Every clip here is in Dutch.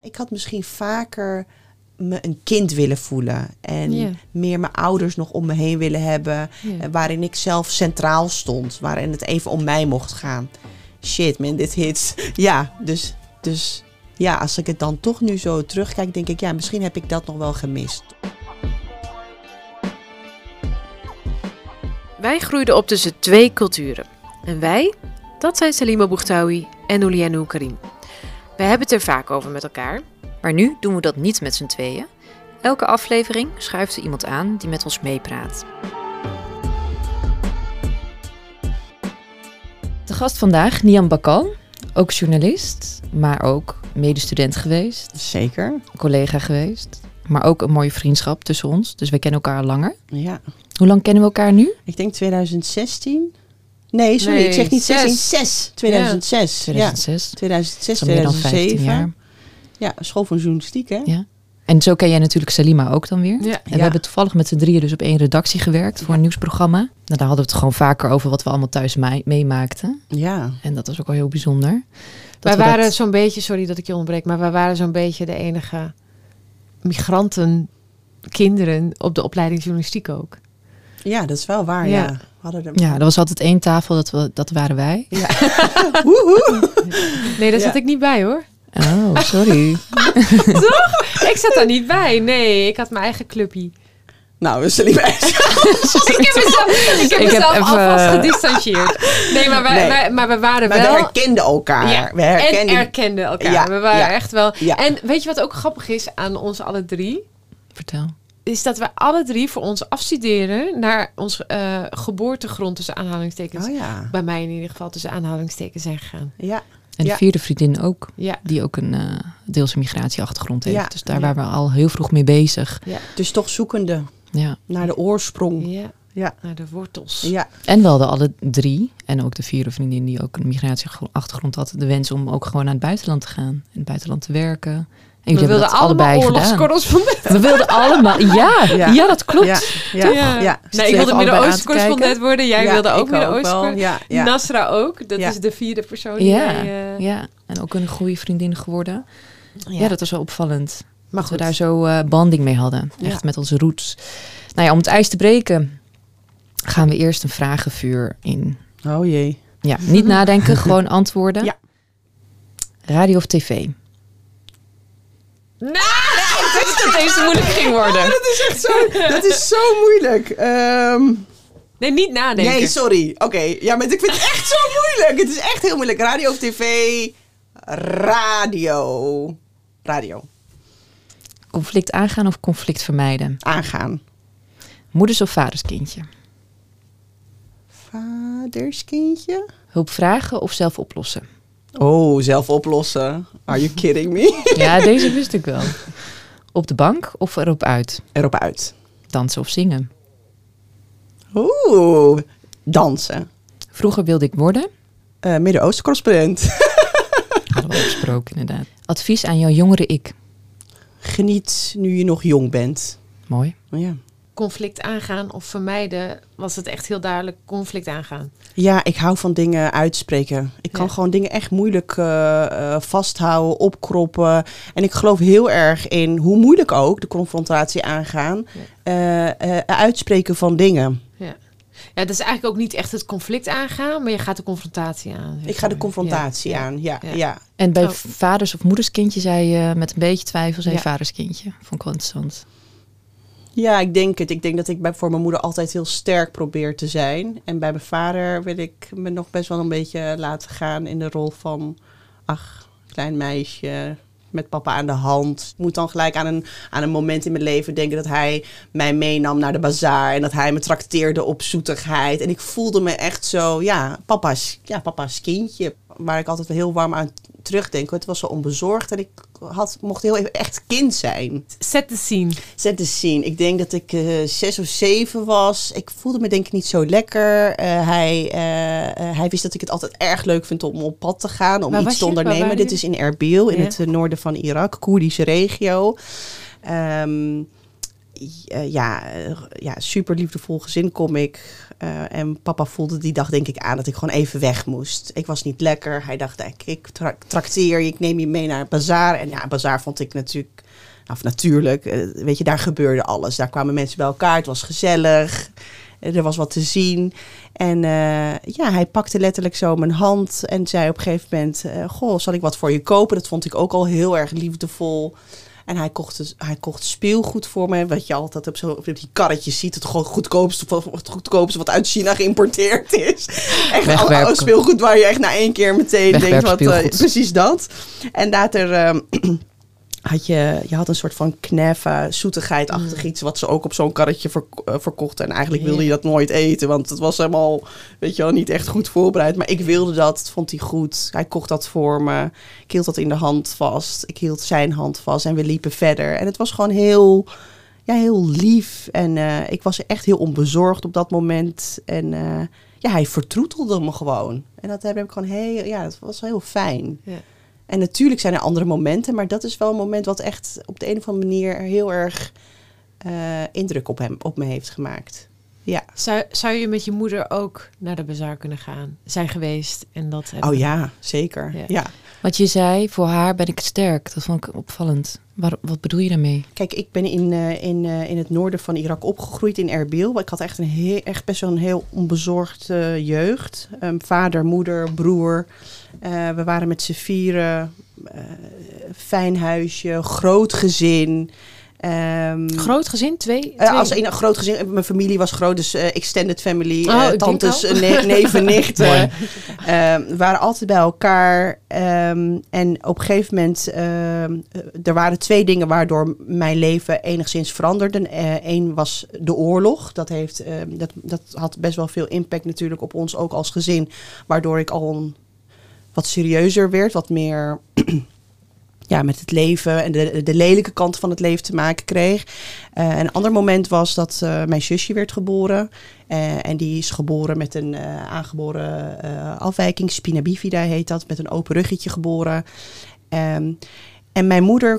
Ik had misschien vaker me een kind willen voelen. En meer mijn ouders nog om me heen willen hebben. Waarin ik zelf centraal stond. Waarin het even om mij mocht gaan. Shit man, dit hits. Ja, dus ja, als ik het dan toch nu zo terugkijk, denk ik, ja, misschien heb ik dat nog wel gemist. Wij groeiden op tussen 2 culturen. En wij, dat zijn Salima Bougtaoui en Oulianou Karim. We hebben het er vaak over met elkaar. Maar nu doen we dat niet met z'n tweeën. Elke aflevering schuift er iemand aan die met ons meepraat. De gast vandaag, Nian Bakal. Ook journalist, maar ook medestudent geweest. Zeker. Collega geweest. Maar ook een mooie vriendschap tussen ons. Dus wij kennen elkaar al langer. Ja. Hoe lang kennen we elkaar nu? Ik denk 2016. Nee, sorry, ik zeg niet 16. 2006. 2006. 2006, Zo meer dan 15 jaar. Ja, school van journalistiek, hè? Ja. En zo ken jij natuurlijk Salima ook dan weer. Ja. En we hebben toevallig met z'n drieën dus op 1 redactie gewerkt voor een nieuwsprogramma. Nou, daar hadden we het gewoon vaker over wat we allemaal thuis meemaakten. Ja. En dat was ook wel heel bijzonder. Wij waren zo'n beetje, sorry dat ik je onderbreek, maar wij waren zo'n beetje de enige migrantenkinderen op de opleiding journalistiek ook. Ja, dat is wel waar, ja. Ja, er was altijd 1 tafel, dat waren wij. Ja. Nee, daar zat ik niet bij hoor. Oh, sorry. Toch? Ik zat daar niet bij. Nee, ik had mijn eigen clubje. Nou, we zullen niet bij. Ik heb mezelf alvast gedistanceerd. Nee, maar we waren wel... we herkenden elkaar. Ja, we herkenden elkaar. Ja, we waren echt wel... Ja. En weet je wat ook grappig is aan ons alle drie? Vertel. Is dat we alle drie voor ons afstuderen naar ons geboortegrond tussen aanhalingstekens. Oh, ja. Bij mij in ieder geval tussen aanhalingstekens zijn gegaan. Ja. En de 4e vriendin ook. Ja. Die ook een deels een migratieachtergrond heeft. Ja. Dus daar waren we al heel vroeg mee bezig. Ja. Dus toch zoekende naar de oorsprong. Ja. Naar de wortels. Ja. En we hadden alle 3, en ook de 4e vriendin die ook een migratieachtergrond had, de wens om ook gewoon naar het buitenland te gaan. In het buitenland te werken. En we wilden allebei oorlogscorrespondent. We wilden allemaal, ja, dat klopt. Ja. Nee, ik wilde Midden-Oosten-correspondent worden. Jij wilde ook Midden-Oosten. Ja. Nasra ook. Dat is de 4e persoon. Ja, en ook een goede vriendin geworden. Ja, dat was wel opvallend. Maar dat we daar zo banding mee hadden. Echt met onze roots. Nou ja, om het ijs te breken gaan we eerst een vragenvuur in. Oh jee. Ja, niet nadenken, gewoon antwoorden. Ja. Radio of tv? Nou, ik wist dat deze moeilijk ging worden. Dat is echt dat is zo moeilijk. Nee, niet nadenken. Nee, sorry. Oké. Ja, maar ik vind het echt zo moeilijk. Het is echt heel moeilijk. Radio of tv? Radio. Conflict aangaan of conflict vermijden? Aangaan. Moeders of vaderskindje? Vaderskindje? Hulp vragen of zelf oplossen? Oh, zelf oplossen. Are you kidding me? Ja, deze wist ik wel. Op de bank of erop uit? Erop uit. Dansen of zingen? Oeh, dansen. Vroeger wilde ik worden? Midden-Oosten correspondent. Hadden we opgesproken, inderdaad. Advies aan jouw jongere ik? Geniet nu je nog jong bent. Mooi. Ja. Conflict aangaan of vermijden, was het echt heel duidelijk conflict aangaan. Ja, ik hou van dingen uitspreken. Ik kan gewoon dingen echt moeilijk vasthouden, opkroppen. En ik geloof heel erg in, hoe moeilijk ook, de confrontatie aangaan. Uitspreken van dingen. Ja, dat is eigenlijk ook niet echt het conflict aangaan, maar je gaat de confrontatie aan. Ik ga de confrontatie aan, ja. En bij vaders of moederskindje zei je met een beetje twijfel, zei vaderskindje. Vond ik wel interessant. Ja, ik denk het. Ik denk dat ik voor mijn moeder altijd heel sterk probeer te zijn. En bij mijn vader wil ik me nog best wel een beetje laten gaan in de rol van, klein meisje met papa aan de hand. Ik moet dan gelijk aan een moment in mijn leven denken dat hij mij meenam naar de bazaar en dat hij me trakteerde op zoetigheid. En ik voelde me echt zo, papa's kindje, waar ik altijd heel warm aan terugdenk. Het was zo onbezorgd en ik mocht heel even echt kind zijn. Zet de scene. Ik denk dat ik 6 of 7 was. Ik voelde me denk ik niet zo lekker. Hij wist dat ik het altijd erg leuk vind om op pad te gaan, om iets te ondernemen. Dit is in Erbil, in het noorden van Irak, Koerdische regio. Super liefdevol gezin kom ik. En papa voelde die dag denk ik aan dat ik gewoon even weg moest. Ik was niet lekker. Hij dacht, ik trakteer je, ik neem je mee naar een bazaar. En ja, een bazaar vond ik natuurlijk, weet je, daar gebeurde alles. Daar kwamen mensen bij elkaar, het was gezellig. Er was wat te zien. En hij pakte letterlijk zo mijn hand en zei op een gegeven moment, goh, zal ik wat voor je kopen? Dat vond ik ook al heel erg liefdevol. En hij kocht speelgoed voor me. Wat je altijd op die karretjes ziet. Het gewoon goedkoopste wat uit China geïmporteerd is. Echt al speelgoed waar je echt na 1 keer meteen denkt. Precies dat. En later je had een soort van kneffe, zoetigheid-achtig iets. Wat ze ook op zo'n karretje verkochten. En eigenlijk wilde je dat nooit eten. Want het was helemaal, weet je wel, niet echt goed voorbereid. Maar ik wilde dat, vond hij goed. Hij kocht dat voor me. Ik hield dat in de hand vast. Ik hield zijn hand vast en we liepen verder. En het was gewoon heel lief. En ik was echt heel onbezorgd op dat moment. En hij vertroetelde me gewoon. En dat heb ik gewoon dat was heel fijn. Ja. En natuurlijk zijn er andere momenten, maar dat is wel een moment wat echt op de een of andere manier heel erg indruk op me heeft gemaakt. Ja. Zou je met je moeder ook naar de bazaar kunnen zijn geweest? En dat hebben... Oh ja, zeker. Ja. Wat je zei, voor haar ben ik sterk. Dat vond ik opvallend. Wat bedoel je daarmee? Kijk, ik ben in het noorden van Irak opgegroeid, in Erbil. Ik had echt best wel een heel onbezorgd jeugd. Vader, moeder, broer. We waren met z'n 4, fijn huisje, groot gezin. Groot gezin? Twee? Als een groot gezin. Mijn familie was groot, dus extended family. Tantes, neven, nichten. We waren altijd bij elkaar. En op een gegeven moment, er waren 2 dingen waardoor mijn leven enigszins veranderde. Eén was de oorlog. Dat had best wel veel impact natuurlijk op ons, ook als gezin. Waardoor ik al wat serieuzer werd, wat meer met het leven en de lelijke kant van het leven te maken kreeg. Een ander moment was dat mijn zusje werd geboren. En die is geboren met een aangeboren afwijking. Spina bifida heet dat, met een open ruggetje geboren. En mijn moeder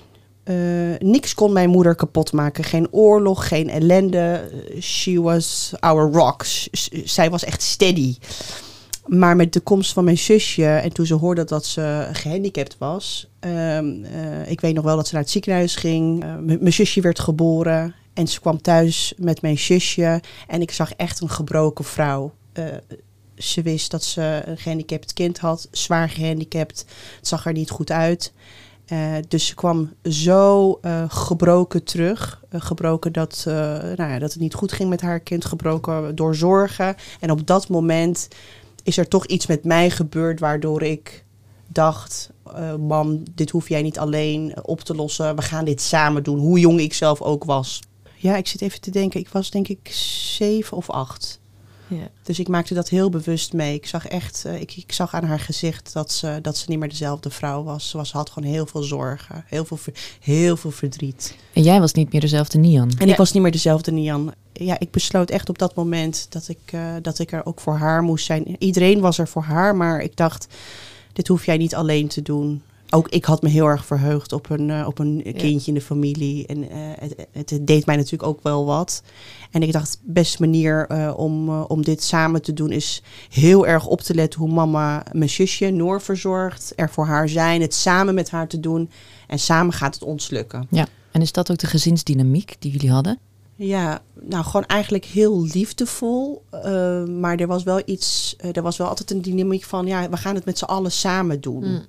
niks kon mijn moeder kapot maken. Geen oorlog, geen ellende. She was our rock. Zij was echt steady. Maar met de komst van mijn zusje en toen ze hoorde dat ze gehandicapt was. Ik weet nog wel dat ze naar het ziekenhuis ging. Mijn zusje werd geboren en ze kwam thuis met mijn zusje. En ik zag echt een gebroken vrouw. Ze wist dat ze een gehandicapt kind had. Zwaar gehandicapt. Het zag er niet goed uit. Dus ze kwam zo gebroken terug. Gebroken dat het niet goed ging met haar kind. Gebroken door zorgen. En op dat moment is er toch iets met mij gebeurd waardoor ik dacht, mam, dit hoef jij niet alleen op te lossen. We gaan dit samen doen, hoe jong ik zelf ook was. Ja, ik zit even te denken. Ik was denk ik 7 of 8. Ja. Dus ik maakte dat heel bewust mee. Ik zag echt, ik zag aan haar gezicht dat ze niet meer dezelfde vrouw was. Ze had gewoon heel veel zorgen, heel veel verdriet. En jij was niet meer dezelfde Nian? En ik was niet meer dezelfde Nian. Ja, ik besloot echt op dat moment dat ik er ook voor haar moest zijn. Iedereen was er voor haar, maar ik dacht, dit hoef jij niet alleen te doen. Ook ik had me heel erg verheugd op een kindje in de familie. En het deed mij natuurlijk ook wel wat. En ik dacht, de beste manier om dit samen te doen is heel erg op te letten hoe mama mijn zusje Noor verzorgt. Er voor haar zijn, het samen met haar te doen. En samen gaat het ons lukken. Ja, en is dat ook de gezinsdynamiek die jullie hadden? Ja, nou gewoon eigenlijk heel liefdevol. Maar er was wel altijd een dynamiek van, ja, we gaan het met z'n allen samen doen.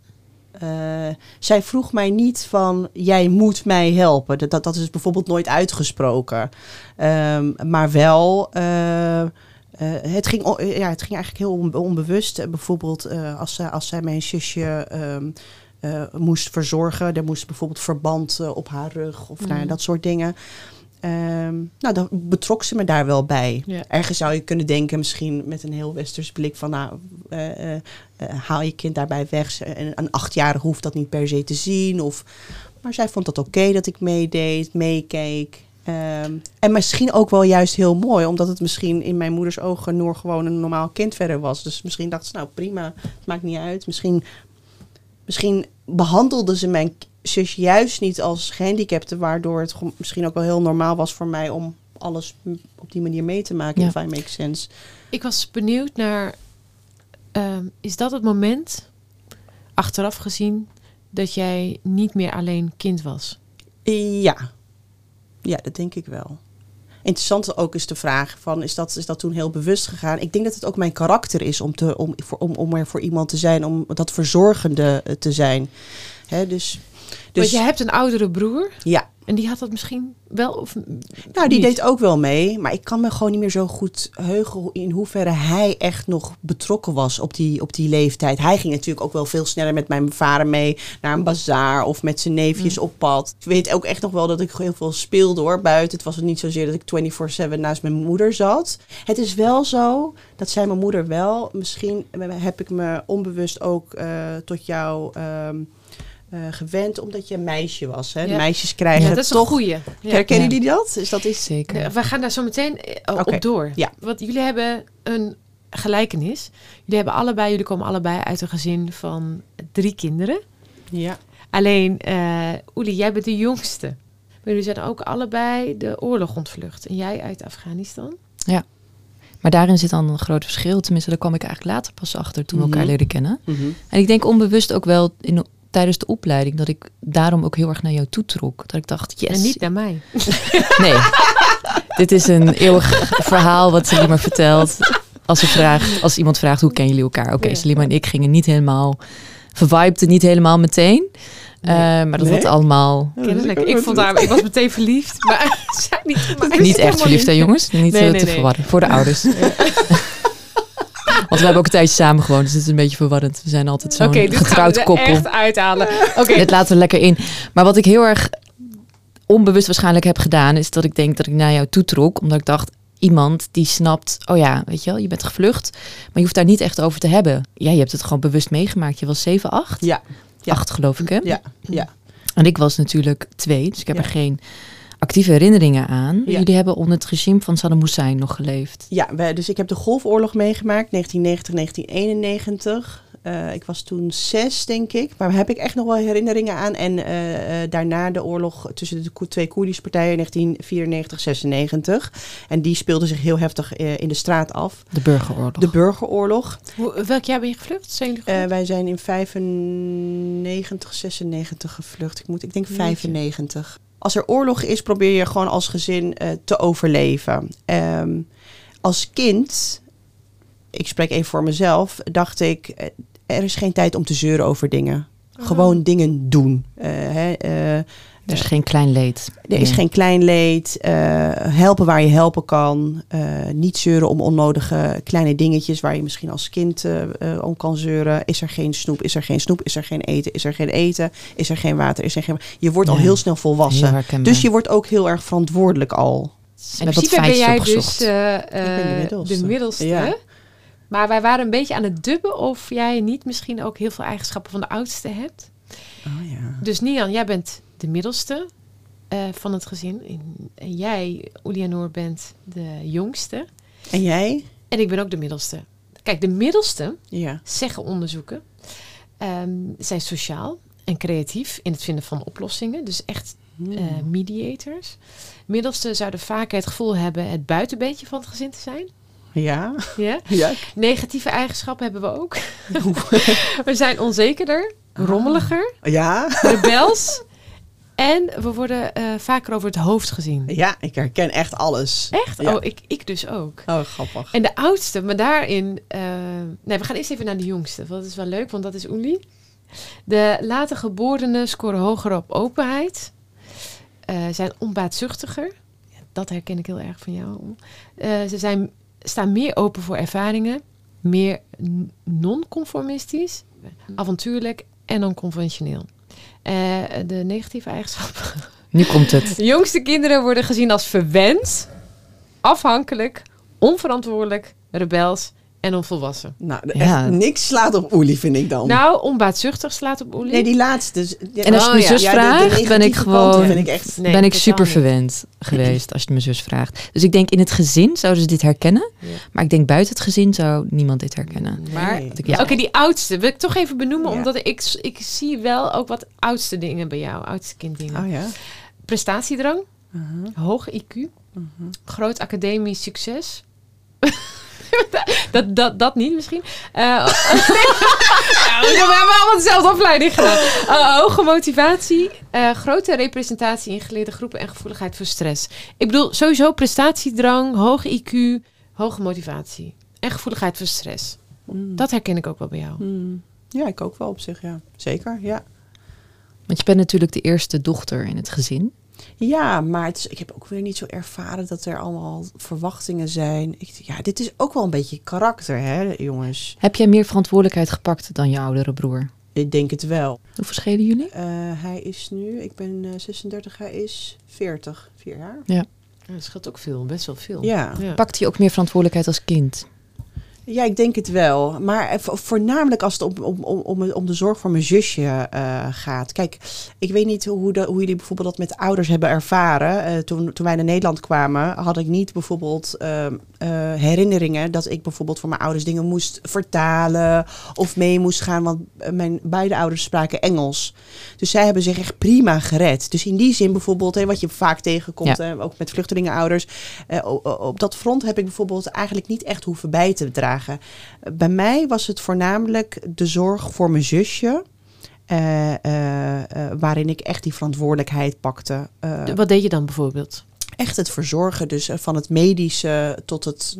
Zij vroeg mij niet van, jij moet mij helpen. Dat is bijvoorbeeld nooit uitgesproken. Maar wel, het ging eigenlijk heel onbewust. Bijvoorbeeld als zij mijn zusje moest verzorgen. Er moest bijvoorbeeld verband op haar rug of dat soort dingen. Dan betrok ze me daar wel bij. Ja. Ergens zou je kunnen denken, misschien met een heel westers blik van, haal je kind daarbij weg. Een 8-jarige hoeft dat niet per se te zien. Maar zij vond het oké dat ik meekeek. En misschien ook wel juist heel mooi, omdat het misschien in mijn moeders ogen Noor gewoon een normaal kind verder was. Dus misschien dacht ze, nou prima, het maakt niet uit. Misschien behandelde ze mijn zus juist niet als gehandicapte, waardoor het misschien ook wel heel normaal was voor mij om alles op die manier mee te maken. If I make sense. Ik was benieuwd naar, is dat het moment, achteraf gezien, dat jij niet meer alleen kind was? Ja, dat denk ik wel. Interessant ook is de vraag van, is dat toen heel bewust gegaan? Ik denk dat het ook mijn karakter is om er voor iemand te zijn, om dat verzorgende te zijn. Hè, dus Want je hebt een oudere broer. Ja. En die had dat misschien wel of Nou, die deed ook wel mee. Maar ik kan me gewoon niet meer zo goed heugen in hoeverre hij echt nog betrokken was op die leeftijd. Hij ging natuurlijk ook wel veel sneller met mijn vader mee naar een bazaar of met zijn neefjes op pad. Ik weet ook echt nog wel dat ik heel veel speelde hoor, buiten. Het was niet zozeer dat ik 24/7 naast mijn moeder zat. Het is wel zo, dat zei mijn moeder wel. Misschien heb ik me onbewust ook tot jou gewend, omdat je een meisje was. Hè? Ja. Meisjes krijgen dat is toch... een goeie. Ja. Herkennen jullie dat? Dat is zeker. We gaan daar zo meteen op door. Ja. Want jullie hebben een gelijkenis. Jullie komen allebei uit een gezin van 3 kinderen. Ja. Alleen, Uli, jij bent de jongste. Maar jullie zijn ook allebei de oorlog ontvlucht. En jij uit Afghanistan. Ja. Maar daarin zit dan een groot verschil. Tenminste, daar kwam ik eigenlijk later pas achter toen we elkaar leren kennen. Mm-hmm. En ik denk onbewust ook wel tijdens de opleiding dat ik daarom ook heel erg naar jou toe trok. Dat ik dacht, yes. En niet naar mij. Nee. Dit is een eeuwig verhaal wat Salima vertelt. Als iemand vraagt, hoe kennen jullie elkaar? Oké, Salima en ik gingen niet helemaal, vervibten niet helemaal meteen. Maar dat had allemaal... Kennelijk. Ik was meteen verliefd. Maar zij niet echt verliefd, hè jongens? Niet te verwarren. Voor de ouders. Want we hebben ook een tijdje samen gewoond, dus het is een beetje verwarrend. We zijn altijd zo'n getrouwd koppel. Echt uithalen. Dit laten we lekker in. Maar wat ik heel erg onbewust waarschijnlijk heb gedaan, is dat ik denk dat ik naar jou toe trok, omdat ik dacht, iemand die snapt, oh ja, weet je wel, je bent gevlucht, maar je hoeft daar niet echt over te hebben. Ja, je hebt het gewoon bewust meegemaakt. Je was 7, 8? Ja. 8 geloof ik, hè? Ja. En ik was natuurlijk 2, dus ik heb er geen actieve herinneringen aan. Ja. Jullie hebben onder het regime van Saddam Hussein nog geleefd. Ja, dus ik heb de Golfoorlog meegemaakt, 1990, 1991. Ik was toen 6, denk ik. Maar heb ik echt nog wel herinneringen aan. En daarna de oorlog tussen de 2 Koerdische partijen, 1994, 96. En die speelde zich heel heftig in de straat af. De burgeroorlog. Welk jaar ben je gevlucht? Wij zijn in 95, 96 gevlucht. Ik denk 95. Als er oorlog is, probeer je gewoon als gezin te overleven. Als kind, ik spreek even voor mezelf, dacht ik, er is geen tijd om te zeuren over dingen. Gewoon dingen doen. Er is geen klein leed. Er is geen klein leed. Helpen waar je helpen kan. Niet zeuren om onnodige kleine dingetjes waar je misschien als kind om kan zeuren. Is er geen snoep? Is er geen snoep? Is er geen eten? Is er geen eten? Is er geen water? Is er geen... Je wordt al heel snel volwassen. Dus je wordt ook heel erg verantwoordelijk al. En in principe ben jij dus de middelste. Ja. Maar wij waren een beetje aan het dubben of jij niet misschien ook heel veel eigenschappen van de oudste hebt. Oh ja. Dus Nian, jij bent de middelste van het gezin. En jij, Ulianoor, bent de jongste. En jij? En ik ben ook de middelste. Kijk, de middelste, zeggen onderzoeken, zijn sociaal en creatief in het vinden van oplossingen. Dus echt mediators. Middelste zouden vaak het gevoel hebben het buitenbeentje van het gezin te zijn. Ja. Ja. Negatieve eigenschappen hebben we ook. We zijn onzekerder, rommeliger, rebels. En we worden vaker over het hoofd gezien. Ja, ik herken echt alles. Echt? Ja. Oh, ik dus ook. Oh, grappig. En de oudste, maar daarin... we gaan eerst even naar de jongste. Want dat is wel leuk, want dat is Uli. De later geborenen scoren hoger op openheid. Zijn onbaatzuchtiger. Dat herken ik heel erg van jou. Ze staan meer open voor ervaringen. Meer non-conformistisch. Avontuurlijk en onconventioneel. De negatieve eigenschappen. Nu komt het. De jongste kinderen worden gezien als verwend, afhankelijk, onverantwoordelijk, rebels en onvolwassen. Nou, echt niks slaat op Uli, vind ik dan. Nou, onbaatzuchtig slaat op Uli. Nee, die laatste. En als je mijn zus vraagt, ben ik gewoon... ben ik super niet verwend geweest als je mijn zus vraagt. Dus ik denk in het gezin zouden ze dit herkennen. Ja. Maar ik denk buiten het gezin zou niemand dit herkennen. Maar Oké, die oudste wil ik toch even benoemen. Omdat ik zie wel ook wat oudste dingen bij jou. Oudste kinddingen. Oh ja. Prestatiedrang. Hoog IQ. Groot academisch succes. dat niet misschien. We hebben allemaal dezelfde opleiding gedaan. Hoge motivatie, grote representatie in geleerde groepen en gevoeligheid voor stress. Ik bedoel, sowieso prestatiedrang, hoog IQ, hoge motivatie en gevoeligheid voor stress. Dat herken ik ook wel bij jou. Ja, ik ook wel op zich, ja. Zeker, ja. Want je bent natuurlijk de eerste dochter in het gezin. Ja, maar ik heb ook weer niet zo ervaren dat er allemaal verwachtingen zijn. Dit is ook wel een beetje karakter, hè, jongens. Heb jij meer verantwoordelijkheid gepakt dan je oudere broer? Ik denk het wel. Hoe verschillen jullie? Hij is nu, ik ben 36, hij is 40, 4 jaar. Ja. Dat scheelt ook veel, best wel veel. Ja. Pakt hij ook meer verantwoordelijkheid als kind? Ja, ik denk het wel. Maar voornamelijk als het om de zorg voor mijn zusje gaat. Kijk, ik weet niet hoe jullie bijvoorbeeld dat met ouders hebben ervaren. Toen wij naar Nederland kwamen, had ik niet bijvoorbeeld herinneringen dat ik bijvoorbeeld voor mijn ouders dingen moest vertalen of mee moest gaan. Want mijn beide ouders spraken Engels. Dus zij hebben zich echt prima gered. Dus in die zin bijvoorbeeld, wat je vaak tegenkomt, ook met vluchtelingenouders. Op dat front heb ik bijvoorbeeld eigenlijk niet echt hoeven bij te dragen. Bij mij was het voornamelijk de zorg voor mijn zusje. Waarin ik echt die verantwoordelijkheid pakte. Wat deed je dan bijvoorbeeld? Echt het verzorgen. Dus van het medische tot het,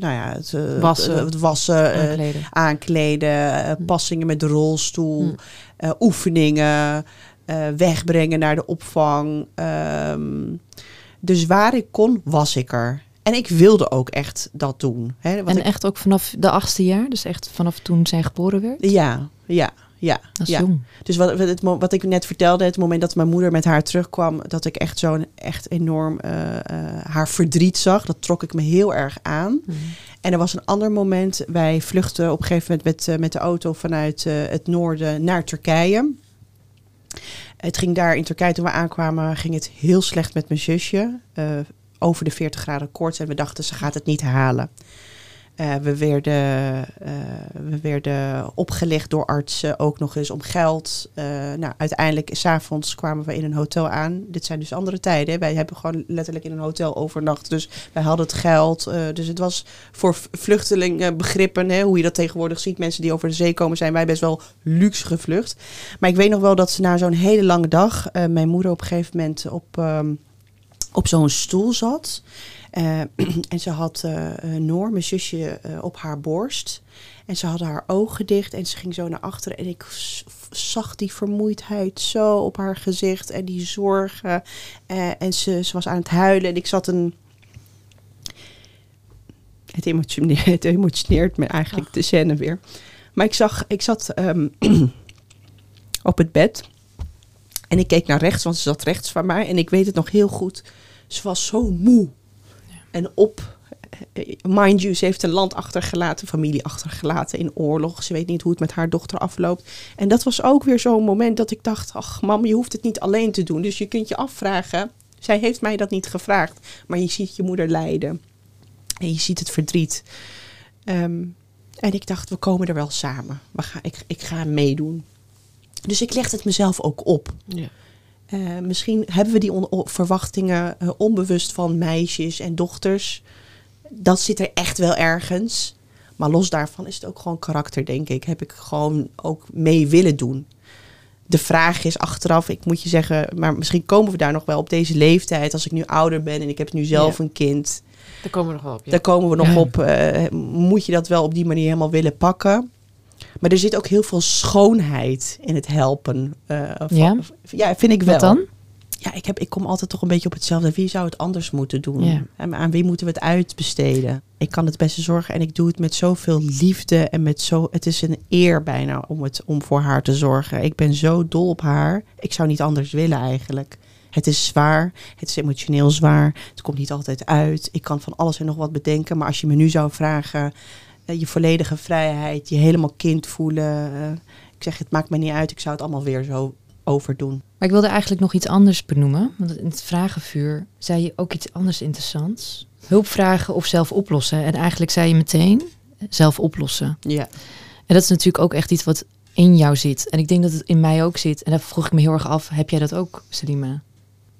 wassen, aankleden, passingen met de rolstoel, oefeningen, wegbrengen naar de opvang. Dus waar ik kon, was ik er. En ik wilde ook echt dat doen. Hè, echt ook vanaf de 8e jaar? Dus echt vanaf toen zij geboren werd? Ja. Dat is jong. Dus wat ik net vertelde, het moment dat mijn moeder met haar terugkwam, dat ik echt echt enorm haar verdriet zag. Dat trok ik me heel erg aan. En er was een ander moment. Wij vluchtten op een gegeven moment met de auto vanuit het noorden naar Turkije. Het ging daar in Turkije, toen we aankwamen, ging het heel slecht met mijn zusje. Over de 40 graden koorts en we dachten, ze gaat het niet halen. We werden opgelegd door artsen ook nog eens om geld. Uiteindelijk, 's avonds kwamen we in een hotel aan. Dit zijn dus andere tijden. Wij hebben gewoon letterlijk in een hotel overnacht. Dus wij hadden het geld. Dus het was voor vluchtelingenbegrippen, hoe je dat tegenwoordig ziet. Mensen die over de zee komen, zijn wij best wel luxe gevlucht. Maar ik weet nog wel dat ze na zo'n hele lange dag, mijn moeder op een gegeven moment op zo'n stoel zat. En ze had Noor, mijn zusje, op haar borst. En ze had haar ogen dicht en ze ging zo naar achteren. En ik zag die vermoeidheid zo op haar gezicht en die zorgen. En ze was aan het huilen en ik zat Het emotioneert me eigenlijk de scène weer. Maar ik zat op het bed. En ik keek naar rechts, want ze zat rechts van mij. En ik weet het nog heel goed. Ze was zo moe. Ja. En mind you, ze heeft een land achtergelaten, familie achtergelaten in oorlog. Ze weet niet hoe het met haar dochter afloopt. En dat was ook weer zo'n moment dat ik dacht, ach mam, je hoeft het niet alleen te doen. Dus je kunt je afvragen. Zij heeft mij dat niet gevraagd. Maar je ziet je moeder lijden. En je ziet het verdriet. En ik dacht, we komen er wel samen. Ik ga meedoen. Dus ik legde het mezelf ook op. Ja. Misschien hebben we die verwachtingen onbewust van meisjes en dochters. Dat zit er echt wel ergens. Maar los daarvan is het ook gewoon karakter, denk ik. Heb ik gewoon ook mee willen doen. De vraag is achteraf, ik moet je zeggen, maar misschien komen we daar nog wel op deze leeftijd. Als ik nu ouder ben en ik heb nu zelf een kind. Daar komen we nog wel op. Ja. Daar komen we nog op. Moet je dat wel op die manier helemaal willen pakken? Maar er zit ook heel veel schoonheid in het helpen. Ja, vind ik wel. Wat dan? Ja, ik kom altijd toch een beetje op hetzelfde. Wie zou het anders moeten doen? Ja. En aan wie moeten we het uitbesteden? Ik kan het beste zorgen en ik doe het met zoveel liefde. En het is een eer bijna om voor haar te zorgen. Ik ben zo dol op haar. Ik zou niet anders willen eigenlijk. Het is zwaar. Het is emotioneel zwaar. Het komt niet altijd uit. Ik kan van alles en nog wat bedenken. Maar als je me nu zou vragen, je volledige vrijheid, je helemaal kind voelen. Ik zeg, het maakt me niet uit. Ik zou het allemaal weer zo overdoen. Maar ik wilde eigenlijk nog iets anders benoemen. Want in het vragenvuur zei je ook iets anders interessants. Hulp vragen of zelf oplossen. En eigenlijk zei je meteen zelf oplossen. Ja. En dat is natuurlijk ook echt iets wat in jou zit. En ik denk dat het in mij ook zit. En daar vroeg ik me heel erg af, heb jij dat ook, Salima?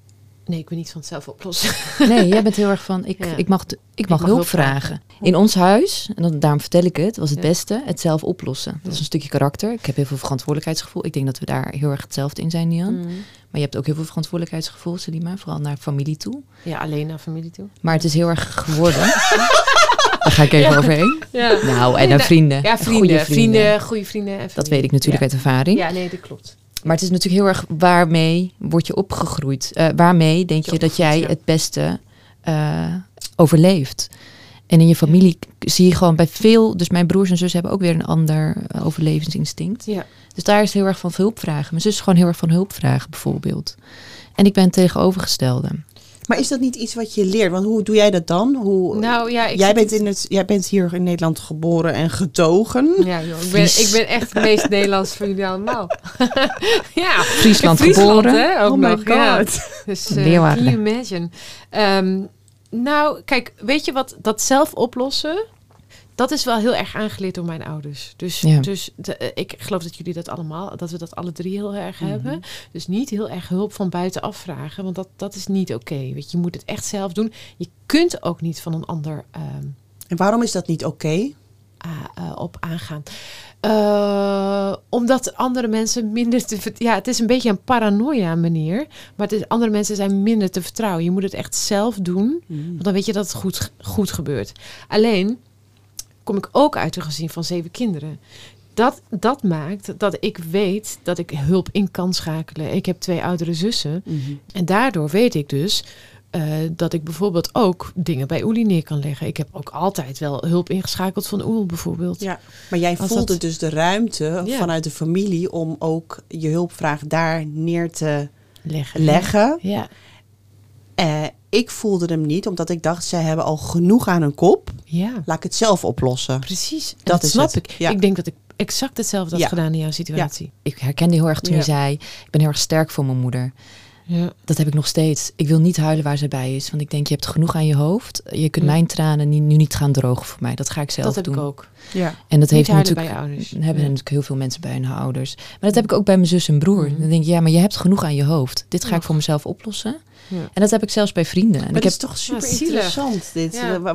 Nee, ik ben niet van het zelf oplossen. Nee, jij bent heel erg van, ik mag hulp vragen. In ons huis, en daarom vertel ik het, was het beste het zelf oplossen. Dat is een stukje karakter. Ik heb heel veel verantwoordelijkheidsgevoel. Ik denk dat we daar heel erg hetzelfde in zijn, Nian. Maar je hebt ook heel veel verantwoordelijkheidsgevoel, Salima. Vooral naar familie toe. Ja, alleen naar familie toe. Maar het is heel erg geworden. Daar ga ik even overheen. Ja. Nou, en naar vrienden. Ja, goede vrienden. En dat weet ik natuurlijk uit ervaring. Ja, nee, dat klopt. Maar het is natuurlijk heel erg waarmee word je opgegroeid. Waarmee denk je dat jij het beste overleeft. En in je familie zie je gewoon bij veel... Dus mijn broers en zus hebben ook weer een ander overlevingsinstinct. Ja. Dus daar is heel erg van hulp vragen. Mijn zus is gewoon heel erg van hulp vragen bijvoorbeeld. En ik ben het tegenovergestelde. Maar is dat niet iets wat je leert? Want hoe doe jij dat dan? Jij bent hier in Nederland geboren en getogen. Ja, joh, ik ben echt het meest Nederlands van jullie allemaal. Ja, Friesland geboren. Hè, ook oh nog. My God. Ja. Dus can you imagine? Nou, kijk, weet je wat? Dat zelf oplossen, dat is wel heel erg aangeleerd door mijn ouders. Dus ik geloof dat jullie dat we dat alle drie heel erg hebben. Dus niet heel erg hulp van buitenaf vragen, want dat is niet oké. Weet je, moet het echt zelf doen. Je kunt ook niet van een ander... En waarom is dat niet oké? Op aangaan. Omdat andere mensen minder het is een beetje een paranoia manier. Maar andere mensen zijn minder te vertrouwen. Je moet het echt zelf doen. Want dan weet je dat het goed gebeurt. Alleen kom ik ook uit een gezin van 7 kinderen. Dat maakt dat ik weet dat ik hulp in kan schakelen. Ik heb 2 oudere zussen. En daardoor weet ik dus... dat ik bijvoorbeeld ook dingen bij Oelie neer kan leggen. Ik heb ook altijd wel hulp ingeschakeld van Oel bijvoorbeeld. Ja, maar jij voelde dus de ruimte vanuit de familie om ook je hulpvraag daar neer te leggen. Ja. Ik voelde hem niet, omdat ik dacht, zij hebben al genoeg aan hun kop. Ja. Laat ik het zelf oplossen. Precies. Dat snap ik. Ja. Ik denk dat ik exact hetzelfde had gedaan in jouw situatie. Ja. Ik herkende heel erg toen je zei, ik ben heel erg sterk voor mijn moeder. Ja. Dat heb ik nog steeds. Ik wil niet huilen waar zij bij is. Want ik denk, je hebt genoeg aan je hoofd. Je kunt mijn tranen nu niet gaan drogen voor mij. Dat ga ik zelf doen. Dat heb ik ook. Ja. En dat heeft natuurlijk, bij je ouders. Hebben natuurlijk heel veel mensen bij hun ouders. Maar dat heb ik ook bij mijn zus en broer. Dan denk je, maar je hebt genoeg aan je hoofd. Dit ga ik voor mezelf oplossen. Ja. En dat heb ik zelfs bij vrienden. En maar het is toch super interessant dit.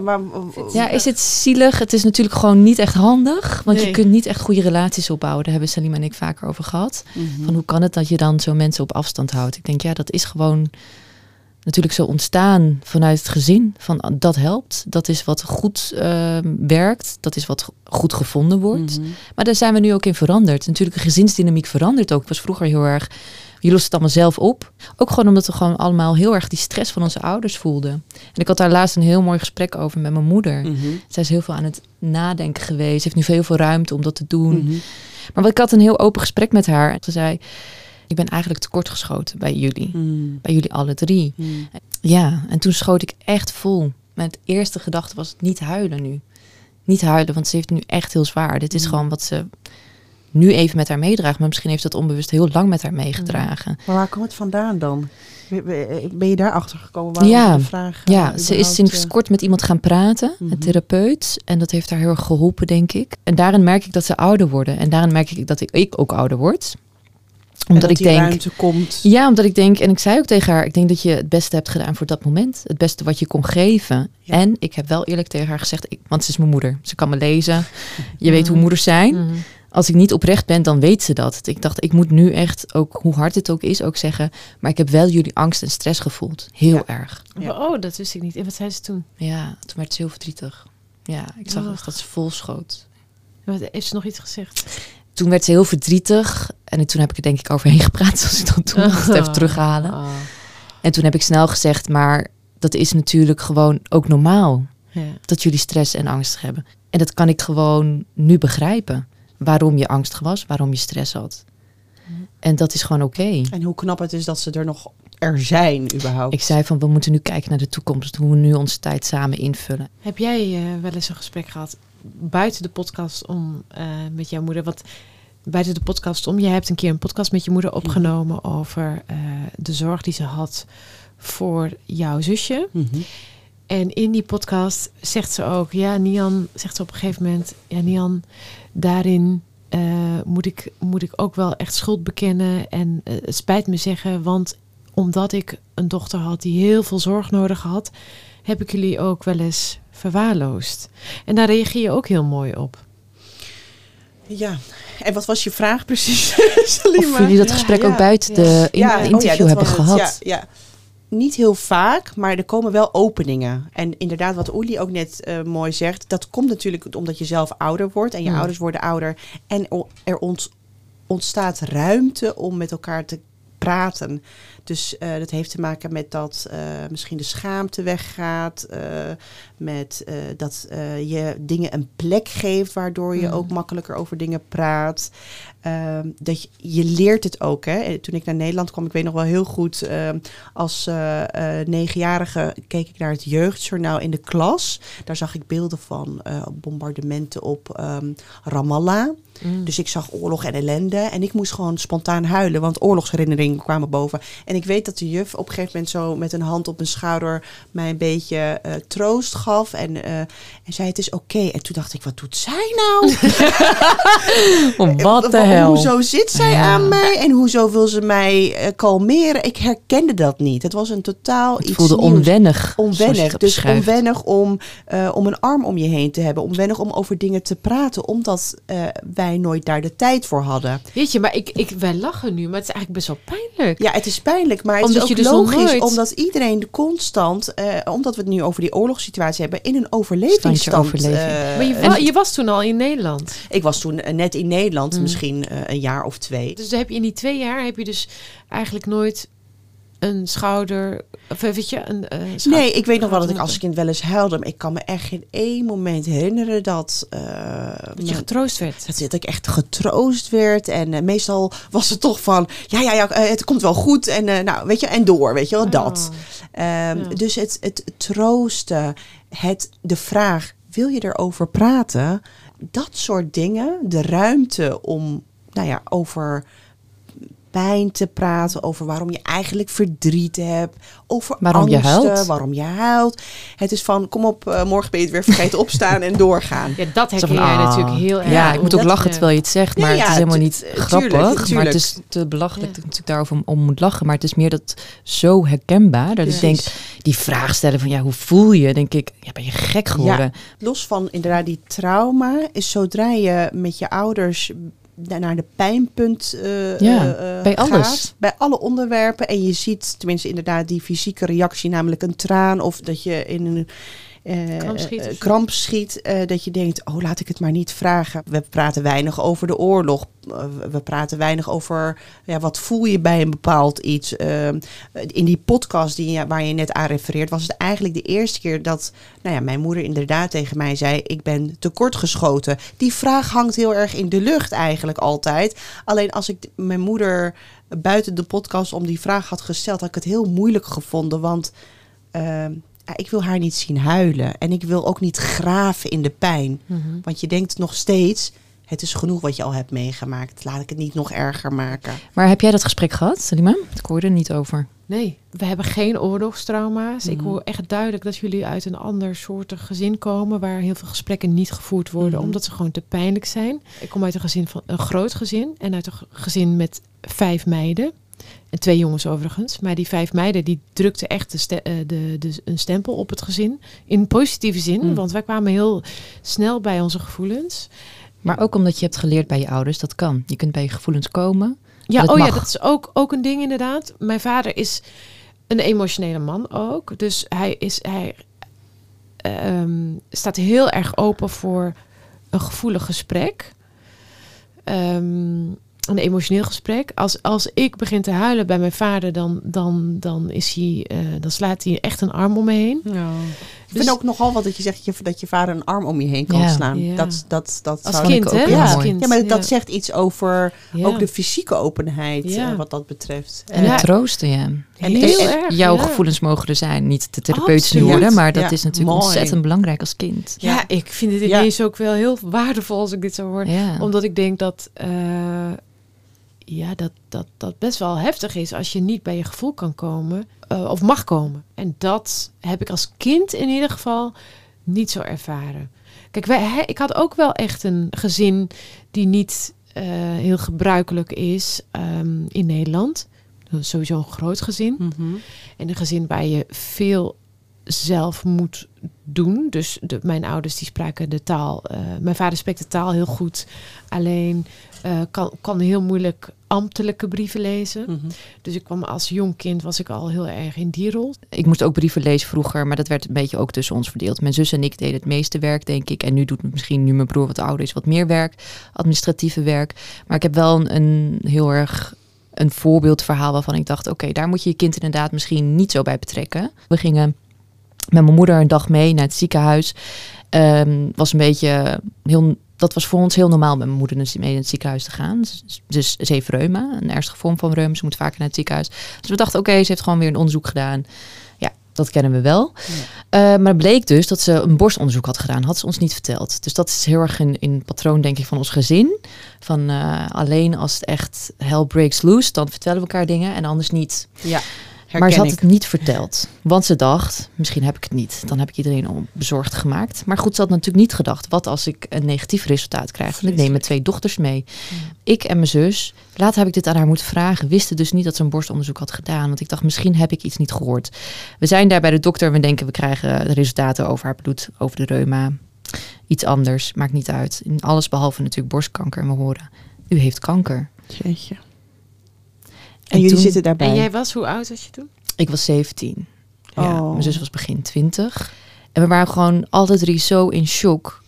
Ja, is het zielig? Het is natuurlijk gewoon niet echt handig. Want je kunt niet echt goede relaties opbouwen. Daar hebben Salima en ik vaker over gehad. Van hoe kan het dat je dan zo mensen op afstand houdt? Ik denk, dat is gewoon natuurlijk zo ontstaan vanuit het gezin. Van dat helpt. Dat is wat goed werkt. Dat is wat goed gevonden wordt. Maar daar zijn we nu ook in veranderd. Natuurlijk, de gezinsdynamiek verandert ook. Ik was vroeger heel erg... Je lost het allemaal zelf op. Ook gewoon omdat we gewoon allemaal heel erg die stress van onze ouders voelden. En ik had daar laatst een heel mooi gesprek over met mijn moeder. Zij is heel veel aan het nadenken geweest. Ze heeft nu heel veel ruimte om dat te doen. Maar ik had een heel open gesprek met haar. Ze zei, ik ben eigenlijk tekortgeschoten bij jullie. Bij jullie alle 3. Ja, en toen schoot ik echt vol. Mijn eerste gedachte was niet huilen nu. Niet huilen, want ze heeft het nu echt heel zwaar. Dit is gewoon wat ze... nu even met haar meedraagt, maar misschien heeft dat onbewust heel lang met haar meegedragen. Maar waar komt het vandaan dan? Ben je daar achter gekomen? Ja, ze is sinds kort met iemand gaan praten, een therapeut. En dat heeft haar heel erg geholpen, denk ik. En daarin merk ik dat ze ouder worden. En daarin merk ik dat ik ook ouder word. Omdat ik denk, ruimte komt. Ja, omdat ik denk, en ik zei ook tegen haar, ik denk dat je het beste hebt gedaan voor dat moment. Het beste wat je kon geven. Ja. En ik heb wel eerlijk tegen haar gezegd, want ze is mijn moeder. Ze kan me lezen. Je weet hoe moeders zijn. Als ik niet oprecht ben, dan weet ze dat. Ik dacht, ik moet nu echt, ook hoe hard het ook is, ook zeggen... maar ik heb wel jullie angst en stress gevoeld. Heel erg. Ja. Oh, dat wist ik niet. En wat zei ze toen? Ja, toen werd ze heel verdrietig. Ja, ik zag dat ze vol schoot. Wat, heeft ze nog iets gezegd? Toen werd ze heel verdrietig. En toen heb ik er denk ik overheen gepraat, zoals ik dat toen mocht even terughalen. En toen heb ik snel gezegd, maar dat is natuurlijk gewoon ook normaal. Ja. Dat jullie stress en angst hebben. En dat kan ik gewoon nu begrijpen. Waarom je angstig was, waarom je stress had. En dat is gewoon oké. En hoe knap het is dat ze er zijn überhaupt. Ik zei van, we moeten nu kijken naar de toekomst. Hoe we nu onze tijd samen invullen. Heb jij wel eens een gesprek gehad buiten de podcast om met jouw moeder? Buiten de podcast om, jij hebt een keer een podcast met je moeder opgenomen over de zorg die ze had voor jouw zusje. En in die podcast zegt ze ook, Nian, zegt ze op een gegeven moment, Nian, daarin moet ik ook wel echt schuld bekennen en het spijt me zeggen, want omdat ik een dochter had die heel veel zorg nodig had, heb ik jullie ook wel eens verwaarloosd. En daar reageer je ook heel mooi op. Ja, en wat was je vraag precies, Salima? Of jullie dat gesprek ook buiten de interview hebben gehad. Ja. Niet heel vaak, maar er komen wel openingen. En inderdaad, wat Oeli ook net mooi zegt, dat komt natuurlijk omdat je zelf ouder wordt en je ouders worden ouder. En er ontstaat ruimte om met elkaar te praten. Dus dat heeft te maken met dat misschien de schaamte weggaat. Met dat je dingen een plek geeft, waardoor je ook makkelijker over dingen praat. Dat je leert het ook. Hè? Toen ik naar Nederland kwam, ik weet nog wel heel goed, als 9-jarige keek ik naar het jeugdjournaal in de klas. Daar zag ik beelden van bombardementen op Ramallah. Dus ik zag oorlog en ellende. En ik moest gewoon spontaan huilen, want oorlogsherinneringen kwamen boven. En ik weet dat de juf op een gegeven moment zo met een hand op mijn schouder mij een beetje troost gaf. En zei, het is oké. En toen dacht ik, wat doet zij nou? Wat de hel. Hoezo zit zij aan mij? En hoezo wil ze mij kalmeren? Ik herkende dat niet. Het was een totaal iets voelde nieuws. onwennig. Dus onwennig om een arm om je heen te hebben. Onwennig om over dingen te praten. Omdat wij nooit daar de tijd voor hadden. Weet je, maar wij lachen nu, maar het is eigenlijk best wel pijnlijk. Ja, het is pijnlijk, maar het omdat is ook je dus logisch. Omdat iedereen constant, omdat we het nu over die oorlogssituatie hebben, in een overlevingsstand. Maar je was toen al in Nederland. Ik was toen net in Nederland, misschien een jaar of 2. Dus heb je in die 2 jaar heb je dus eigenlijk nooit een schouder, of weet je, een schouder. Nee, ik weet nog wel dat ik als kind wel eens huilde, maar ik kan me echt geen één moment herinneren dat je getroost werd. Dat ik echt getroost werd. En meestal was het toch van, ja, het komt wel goed. En nou, weet je, en door, weet je wel, dat. Dus het troosten, de vraag, wil je erover praten? Dat soort dingen, de ruimte om, over pijn te praten, over waarom je eigenlijk verdriet hebt, over waarom angsten, waarom je huilt. Het is van, kom op, morgen ben je het weer vergeten opstaan en doorgaan. Ja, dat herken jij natuurlijk heel erg. Ja, ik moet ook lachen terwijl je het zegt, maar het is helemaal niet grappig. Tuurlijk. Maar het is te belachelijk dat ik natuurlijk daarover om moet lachen. Maar het is meer dat zo herkenbaar. Dat ik denk, die vraag stellen van, hoe voel je? Denk ik, ben je gek geworden? Ja, los van inderdaad die trauma, is zodra je met je ouders naar de pijnpunt bij gaat, alles. Bij alle onderwerpen. En je ziet tenminste inderdaad die fysieke reactie, namelijk een traan, of dat je in een kramp schiet, dat je denkt, laat ik het maar niet vragen. We praten weinig over de oorlog. We praten weinig over, wat voel je bij een bepaald iets. In die podcast waar je net aan refereert, was het eigenlijk de eerste keer dat mijn moeder inderdaad tegen mij zei, ik ben tekortgeschoten. Die vraag hangt heel erg in de lucht eigenlijk altijd. Alleen als ik mijn moeder buiten de podcast om die vraag had gesteld, had ik het heel moeilijk gevonden, want ik wil haar niet zien huilen. En ik wil ook niet graven in de pijn. Mm-hmm. Want je denkt nog steeds, het is genoeg wat je al hebt meegemaakt. Laat ik het niet nog erger maken. Maar heb jij dat gesprek gehad, Salima? Ik hoorde er niet over. Nee, we hebben geen oorlogstrauma's. Mm-hmm. Ik hoor echt duidelijk dat jullie uit een ander soortig gezin komen, waar heel veel gesprekken niet gevoerd worden, mm-hmm, omdat ze gewoon te pijnlijk zijn. Ik kom uit een groot gezin en uit een gezin met 5 meiden. En 2 jongens overigens. Maar die 5 meiden die drukten echt een stempel op het gezin. In positieve zin. Want wij kwamen heel snel bij onze gevoelens. Maar ook omdat je hebt geleerd bij je ouders. Dat kan. Je kunt bij je gevoelens komen. Ja, dat is ook een ding inderdaad. Mijn vader is een emotionele man ook. Dus hij staat heel erg open voor een gevoelig gesprek. Een emotioneel gesprek. Als ik begin te huilen bij mijn vader, dan slaat hij echt een arm om me heen. Ja. Ik vind ook nogal wat dat je zegt dat je vader een arm om je heen kan slaan. Ja. Dat als kind, hè? Ja. Als kind. Ja, maar dat zegt iets over ook de fysieke openheid wat dat betreft. En het troosten, En jouw gevoelens mogen er zijn. Niet te therapeutisch nu worden, maar dat is natuurlijk ontzettend belangrijk als kind. Ja, ik vind het ineens ook wel heel waardevol als ik dit zo hoor. Ja. Omdat ik denk dat dat best wel heftig is als je niet bij je gevoel kan komen of mag komen. En dat heb ik als kind in ieder geval niet zo ervaren. Kijk, ik had ook wel echt een gezin die niet heel gebruikelijk is in Nederland. sowieso een groot gezin. Mhm. En een gezin waar je veel zelf moet doen. Dus mijn ouders die spraken de taal. Mijn vader spreekt de taal heel goed. Alleen kan heel moeilijk ambtelijke brieven lezen. Mhm. Dus ik kwam als jong kind, was ik al heel erg in die rol. Ik moest ook brieven lezen vroeger, maar dat werd een beetje ook tussen ons verdeeld. Mijn zus en ik deden het meeste werk, denk ik. En nu doet misschien, nu mijn broer wat ouder is, wat meer werk. Administratieve werk. Maar ik heb wel een heel erg een voorbeeldverhaal waarvan ik dacht, oké, daar moet je je kind inderdaad misschien niet zo bij betrekken. We gingen met mijn moeder een dag mee naar het ziekenhuis. Was een beetje dat was voor ons heel normaal met mijn moeder mee in het ziekenhuis te gaan. Dus ze heeft reuma, een ernstige vorm van reuma. Ze moet vaker naar het ziekenhuis. Dus we dachten, oké, ze heeft gewoon weer een onderzoek gedaan. Ja, dat kennen we wel. Ja. Maar het bleek dus dat ze een borstonderzoek had gedaan. Had ze ons niet verteld. Dus dat is heel erg in het patroon, denk ik, van ons gezin. Van alleen als het echt hell breaks loose, dan vertellen we elkaar dingen en anders niet. Ja. Maar ze had het niet verteld. Want ze dacht, misschien heb ik het niet. Dan heb ik iedereen bezorgd gemaakt. Maar goed, ze had natuurlijk niet gedacht. Wat als ik een negatief resultaat krijg? Want ik neem mijn 2 dochters mee. Ja. Ik en mijn zus. Later heb ik dit aan haar moeten vragen. Wisten dus niet dat ze een borstonderzoek had gedaan. Want ik dacht, misschien heb ik iets niet gehoord. We zijn daar bij de dokter. We denken, we krijgen de resultaten over haar bloed. Over de reuma. Iets anders. Maakt niet uit. In alles behalve natuurlijk borstkanker. En we horen, u heeft kanker. Jeetje. En jullie zitten daarbij. En jij was, hoe oud was je toen? Ik was 17. Ja, mijn zus was begin 20. En we waren gewoon alle 3 zo in shock.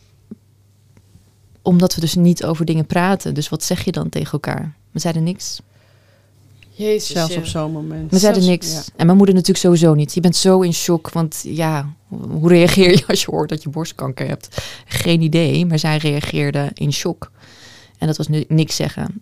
Omdat we dus niet over dingen praten. Dus wat zeg je dan tegen elkaar? We zeiden niks. Jezus, zelfs op zo'n moment. We zeiden niks. Ja. En mijn moeder natuurlijk sowieso niet. Je bent zo in shock. Want ja, hoe reageer je als je hoort dat je borstkanker hebt? Geen idee. Maar zij reageerde in shock. En dat was niks zeggen.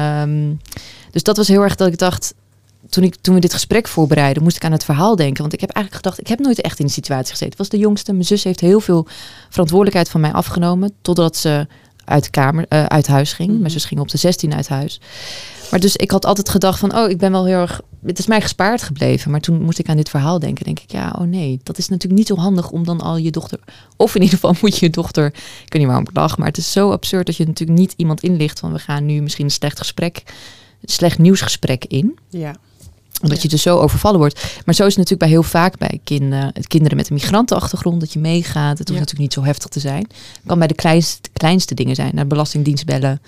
Dus dat was heel erg dat ik dacht, toen we dit gesprek voorbereiden, moest ik aan het verhaal denken. Want ik heb eigenlijk gedacht, ik heb nooit echt in die situatie gezeten. Ik was de jongste. Mijn zus heeft heel veel verantwoordelijkheid van mij afgenomen. Totdat ze uit huis ging. Mm-hmm. Mijn zus ging op de 16 uit huis. Maar dus ik had altijd gedacht van, ik ben wel heel erg, het is mij gespaard gebleven. Maar toen moest ik aan dit verhaal denken. Denk ik, nee, dat is natuurlijk niet zo handig om dan al je dochter, of in ieder geval moet je je dochter, ik weet niet waarom ik lach, maar het is zo absurd dat je natuurlijk niet iemand inlicht van, we gaan nu misschien een slecht nieuwsgesprek in. Ja. Omdat je er zo overvallen wordt. Maar zo is het natuurlijk bij heel vaak bij kinderen met een migrantenachtergrond, dat je meegaat. Het hoeft natuurlijk niet zo heftig te zijn. Het kan bij de kleinste dingen zijn. Naar de Belastingdienst bellen.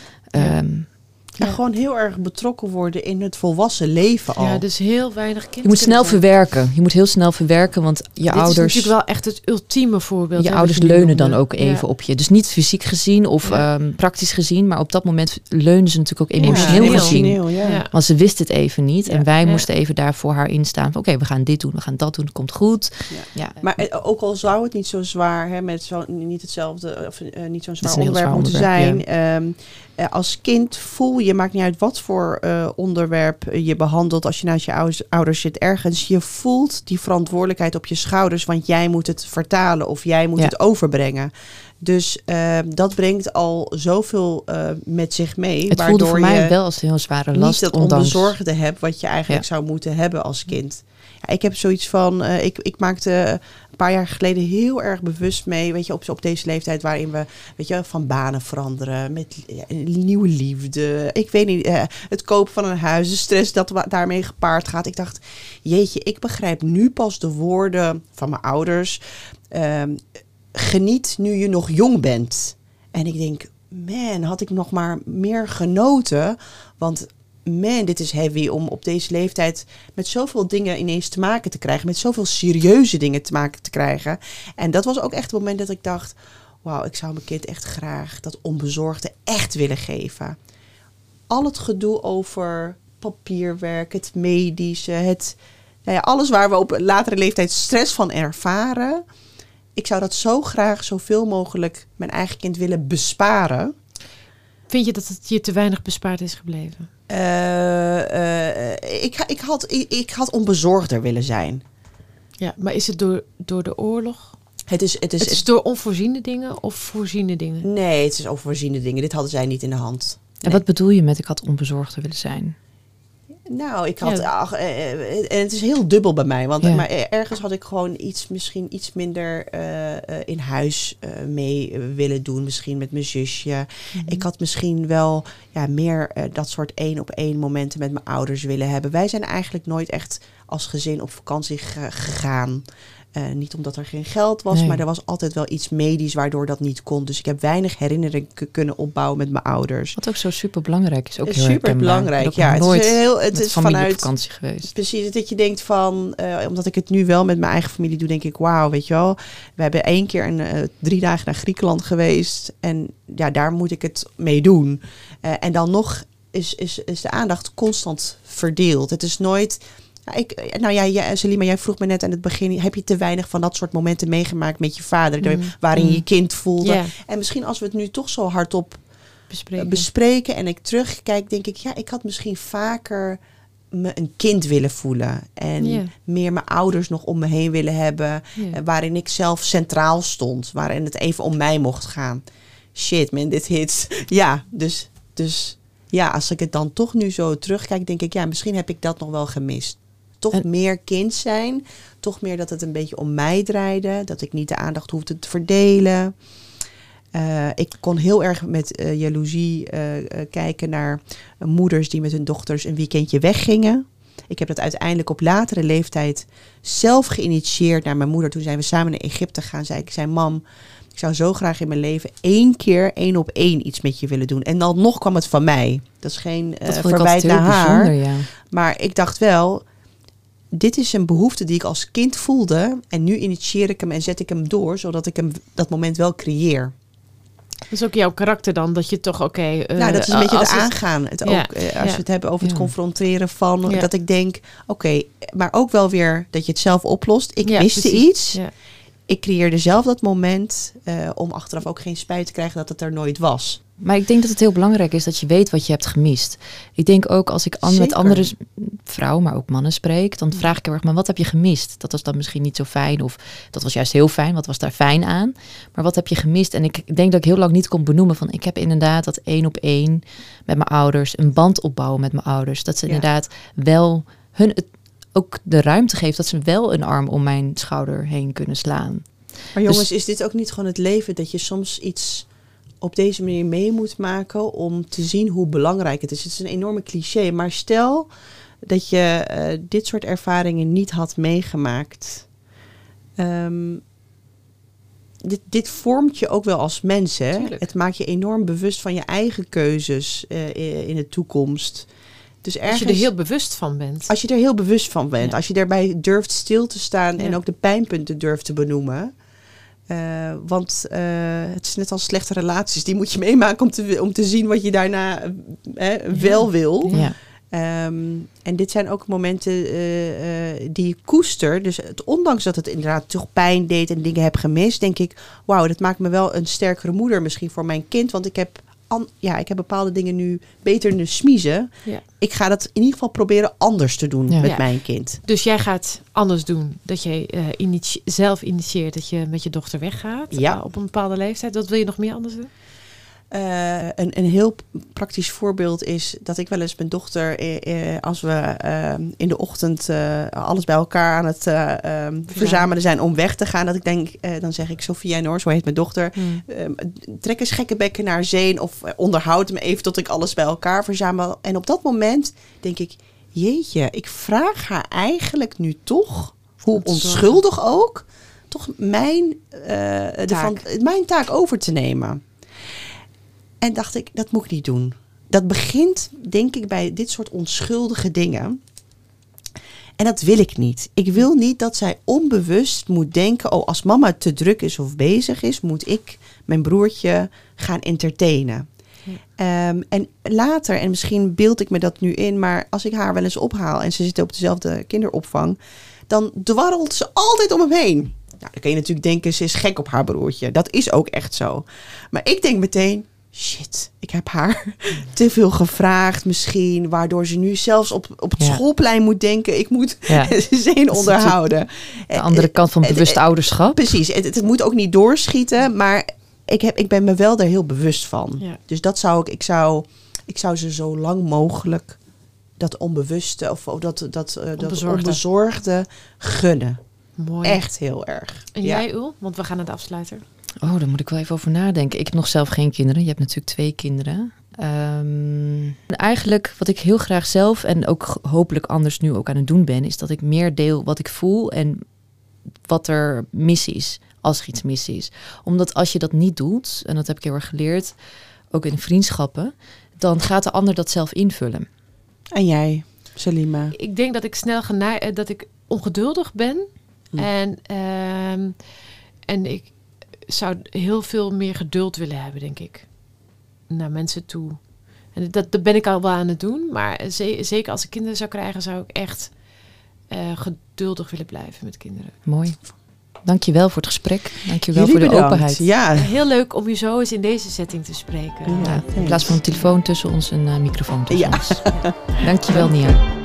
Ja, gewoon heel erg betrokken worden in het volwassen leven al. Ja, dus heel weinig kinderen. Je moet snel verwerken. Je moet heel snel verwerken, want je ouders... Dit is natuurlijk wel echt het ultieme voorbeeld. Je ouders leunen dan ook even op je. Dus niet fysiek gezien of praktisch gezien, maar op dat moment leunen ze natuurlijk ook emotioneel gezien. Ja. Want ze wist het even niet. En wij moesten even daar voor haar instaan. Oké, we gaan dit doen, we gaan dat doen, het komt goed. Ja. Maar ook al zou het niet zo zwaar, met niet hetzelfde, of niet zo'n zwaar onderwerp moeten zijn... Ja. Als kind voel je, maakt niet uit wat voor onderwerp je behandelt als je naast je ouders zit ergens. Je voelt die verantwoordelijkheid op je schouders, want jij moet het vertalen of jij moet het overbrengen. Dus dat brengt al zoveel met zich mee. Het voelde voor mij wel als een heel zware last. Niet dat onbezorgde hebt wat je eigenlijk zou moeten hebben als kind. Ja, ik heb zoiets van, ik maakte een paar jaar geleden heel erg bewust mee, weet je, op deze leeftijd waarin we, weet je, van banen veranderen, met nieuwe liefde. Ik weet niet, het kopen van een huis, de stress dat daarmee gepaard gaat. Ik dacht, jeetje, ik begrijp nu pas de woorden van mijn ouders. Geniet nu je nog jong bent. En ik denk, man, had ik nog maar meer genoten, want... Man, dit is heavy om op deze leeftijd met zoveel dingen ineens te maken te krijgen. Met zoveel serieuze dingen te maken te krijgen. En dat was ook echt het moment dat ik dacht... Wauw, ik zou mijn kind echt graag dat onbezorgde echt willen geven. Al het gedoe over papierwerk, het medische, alles waar we op latere leeftijd stress van ervaren. Ik zou dat zo graag zoveel mogelijk mijn eigen kind willen besparen. Vind je dat het je te weinig bespaard is gebleven? Ik had onbezorgder willen zijn. Ja, maar is het door de oorlog? Het is door onvoorziene dingen of voorziene dingen? Nee, het is onvoorziene dingen. Dit hadden zij niet in de hand. Nee. En wat bedoel je met ik had onbezorgder willen zijn? Nou, ik had... en het is heel dubbel bij mij. Want maar ergens had ik gewoon misschien iets minder in huis mee willen doen. Misschien met mijn zusje. Mm-hmm. Ik had misschien wel meer dat soort 1-op-1 momenten met mijn ouders willen hebben. Wij zijn eigenlijk nooit echt als gezin op vakantie gegaan. Niet omdat er geen geld was, maar er was altijd wel iets medisch waardoor dat niet kon. Dus ik heb weinig herinneringen kunnen opbouwen met mijn ouders. Wat ook zo super belangrijk is. Ook heel super belangrijk, ja. Het is vanuit vakantie geweest. Precies, dat je denkt van, omdat ik het nu wel met mijn eigen familie doe, denk ik, wauw, weet je wel. We hebben 1 keer 3 dagen naar Griekenland geweest. En daar moet ik het mee doen. En dan nog is de aandacht constant verdeeld. Het is nooit... Selima, jij vroeg me net aan het begin, heb je te weinig van dat soort momenten meegemaakt met je vader, waarin je kind voelde? Yeah. En misschien als we het nu toch zo hardop bespreken en ik terugkijk, denk ik, ik had misschien vaker me een kind willen voelen. En meer mijn ouders nog om me heen willen hebben, waarin ik zelf centraal stond, waarin het even om mij mocht gaan. Shit, man, dit hits. Ja, dus als ik het dan toch nu zo terugkijk, denk ik, misschien heb ik dat nog wel gemist. Toch meer kind zijn. Toch meer dat het een beetje om mij draaide. Dat ik niet de aandacht hoefde te verdelen. Ik kon heel erg met jaloezie kijken naar moeders die met hun dochters een weekendje weggingen. Ik heb dat uiteindelijk op latere leeftijd zelf geïnitieerd naar mijn moeder. Toen zijn we samen naar Egypte gegaan. Ik zei, mam, ik zou zo graag in mijn leven 1 keer 1-op-1 iets met je willen doen. En dan nog kwam het van mij. Dat is geen verwijt naar haar. Ja. Maar ik dacht wel, dit is een behoefte die ik als kind voelde. En nu initieer ik hem en zet ik hem door, zodat ik hem dat moment wel creëer. Dat is ook jouw karakter dan, dat je toch dat is een beetje het aangaan. Als we het hebben over het confronteren van, dat ik denk, maar ook wel weer dat je het zelf oplost. Ik miste iets. Ja. Ik creëerde zelf dat moment om achteraf ook geen spijt te krijgen dat het er nooit was. Maar ik denk dat het heel belangrijk is dat je weet wat je hebt gemist. Ik denk ook als ik met andere vrouwen, maar ook mannen spreek, dan vraag ik heel erg, maar wat heb je gemist? Dat was dan misschien niet zo fijn of dat was juist heel fijn. Wat was daar fijn aan? Maar wat heb je gemist? En ik denk dat ik heel lang niet kon benoemen van, ik heb inderdaad dat 1-op-1 met mijn ouders, een band opbouwen met mijn ouders. Dat ze inderdaad wel ook de ruimte geeft dat ze wel een arm om mijn schouder heen kunnen slaan. Maar jongens, is dit ook niet gewoon het leven dat je soms iets op deze manier mee moet maken om te zien hoe belangrijk het is? Het is een enorme cliché, maar stel dat je dit soort ervaringen niet had meegemaakt. Dit vormt je ook wel als mens, hè? Het maakt je enorm bewust van je eigen keuzes in de toekomst. Dus als je er heel bewust van bent. Als je er heel bewust van bent. Ja. Als je daarbij durft stil te staan en ook de pijnpunten durft te benoemen. Want het is net als slechte relaties. Die moet je meemaken om te zien wat je daarna wel wil. Ja. En dit zijn ook momenten die ik koester. Dus ondanks dat het inderdaad toch pijn deed en dingen heb gemist, denk ik, wauw, dat maakt me wel een sterkere moeder misschien voor mijn kind. Want ik heb bepaalde dingen nu beter in de smiezen. Ja. Ik ga dat in ieder geval proberen anders te doen met mijn kind. Dus jij gaat anders doen. Dat jij zelf initieert dat je met je dochter weggaat op een bepaalde leeftijd. Wat wil je nog meer anders doen? Een heel praktisch voorbeeld is dat ik wel eens mijn dochter, als we in de ochtend alles bij elkaar aan het verzamelen zijn om weg te gaan, dat ik denk, dan zeg ik, Sophia en Noor, zo heet mijn dochter, trek eens gekke bekken naar zee of onderhoud me even tot ik alles bij elkaar verzamel. En op dat moment denk ik, jeetje, ik vraag haar eigenlijk nu toch, hoe onschuldig ook, toch mijn taak over te nemen. En dacht ik, dat moet ik niet doen. Dat begint, denk ik, bij dit soort onschuldige dingen. En dat wil ik niet. Ik wil niet dat zij onbewust moet denken, als mama te druk is of bezig is, moet ik mijn broertje gaan entertainen. Ja. En later, en misschien beeld ik me dat nu in, maar als ik haar wel eens ophaal en ze zit op dezelfde kinderopvang, dan dwarrelt ze altijd om hem heen. Nou, dan kun je natuurlijk denken, ze is gek op haar broertje. Dat is ook echt zo. Maar ik denk meteen, shit, ik heb haar te veel gevraagd misschien, waardoor ze nu zelfs op het schoolplein moet denken, ik moet zin onderhouden. De andere kant van bewust ouderschap. Precies, het moet ook niet doorschieten, maar ik ben me wel daar heel bewust van. Ja. Dus dat zou ik zou ze zo lang mogelijk dat onbewuste of dat Onbezorgde. onbezorgde gunnen. Mooi. Echt heel erg. En Ja. jij, Ul? Want we gaan het afsluiten. Oh, daar moet ik wel even over nadenken. Ik heb nog zelf geen kinderen. Je hebt natuurlijk 2 kinderen. Eigenlijk wat ik heel graag zelf en ook hopelijk anders nu ook aan het doen ben, is dat ik meer deel wat ik voel en wat er mis is, als er iets mis is. Omdat als je dat niet doet, en dat heb ik heel erg geleerd, ook in vriendschappen, dan gaat de ander dat zelf invullen. En jij, Salima? Ik denk dat ik snel dat ik ongeduldig ben. En ik zou heel veel meer geduld willen hebben, denk ik. Naar mensen toe. En dat ben ik al wel aan het doen. Maar zeker als ik kinderen zou krijgen, zou ik echt geduldig willen blijven met kinderen. Mooi. Dankjewel voor het gesprek. Dankjewel Jullie voor de bedankt. openheid. Ja. Heel leuk om je zo eens in deze setting te spreken. Ja. In plaats van een telefoon tussen ons, een microfoon tussen Ja. ons. Dankjewel, Nia.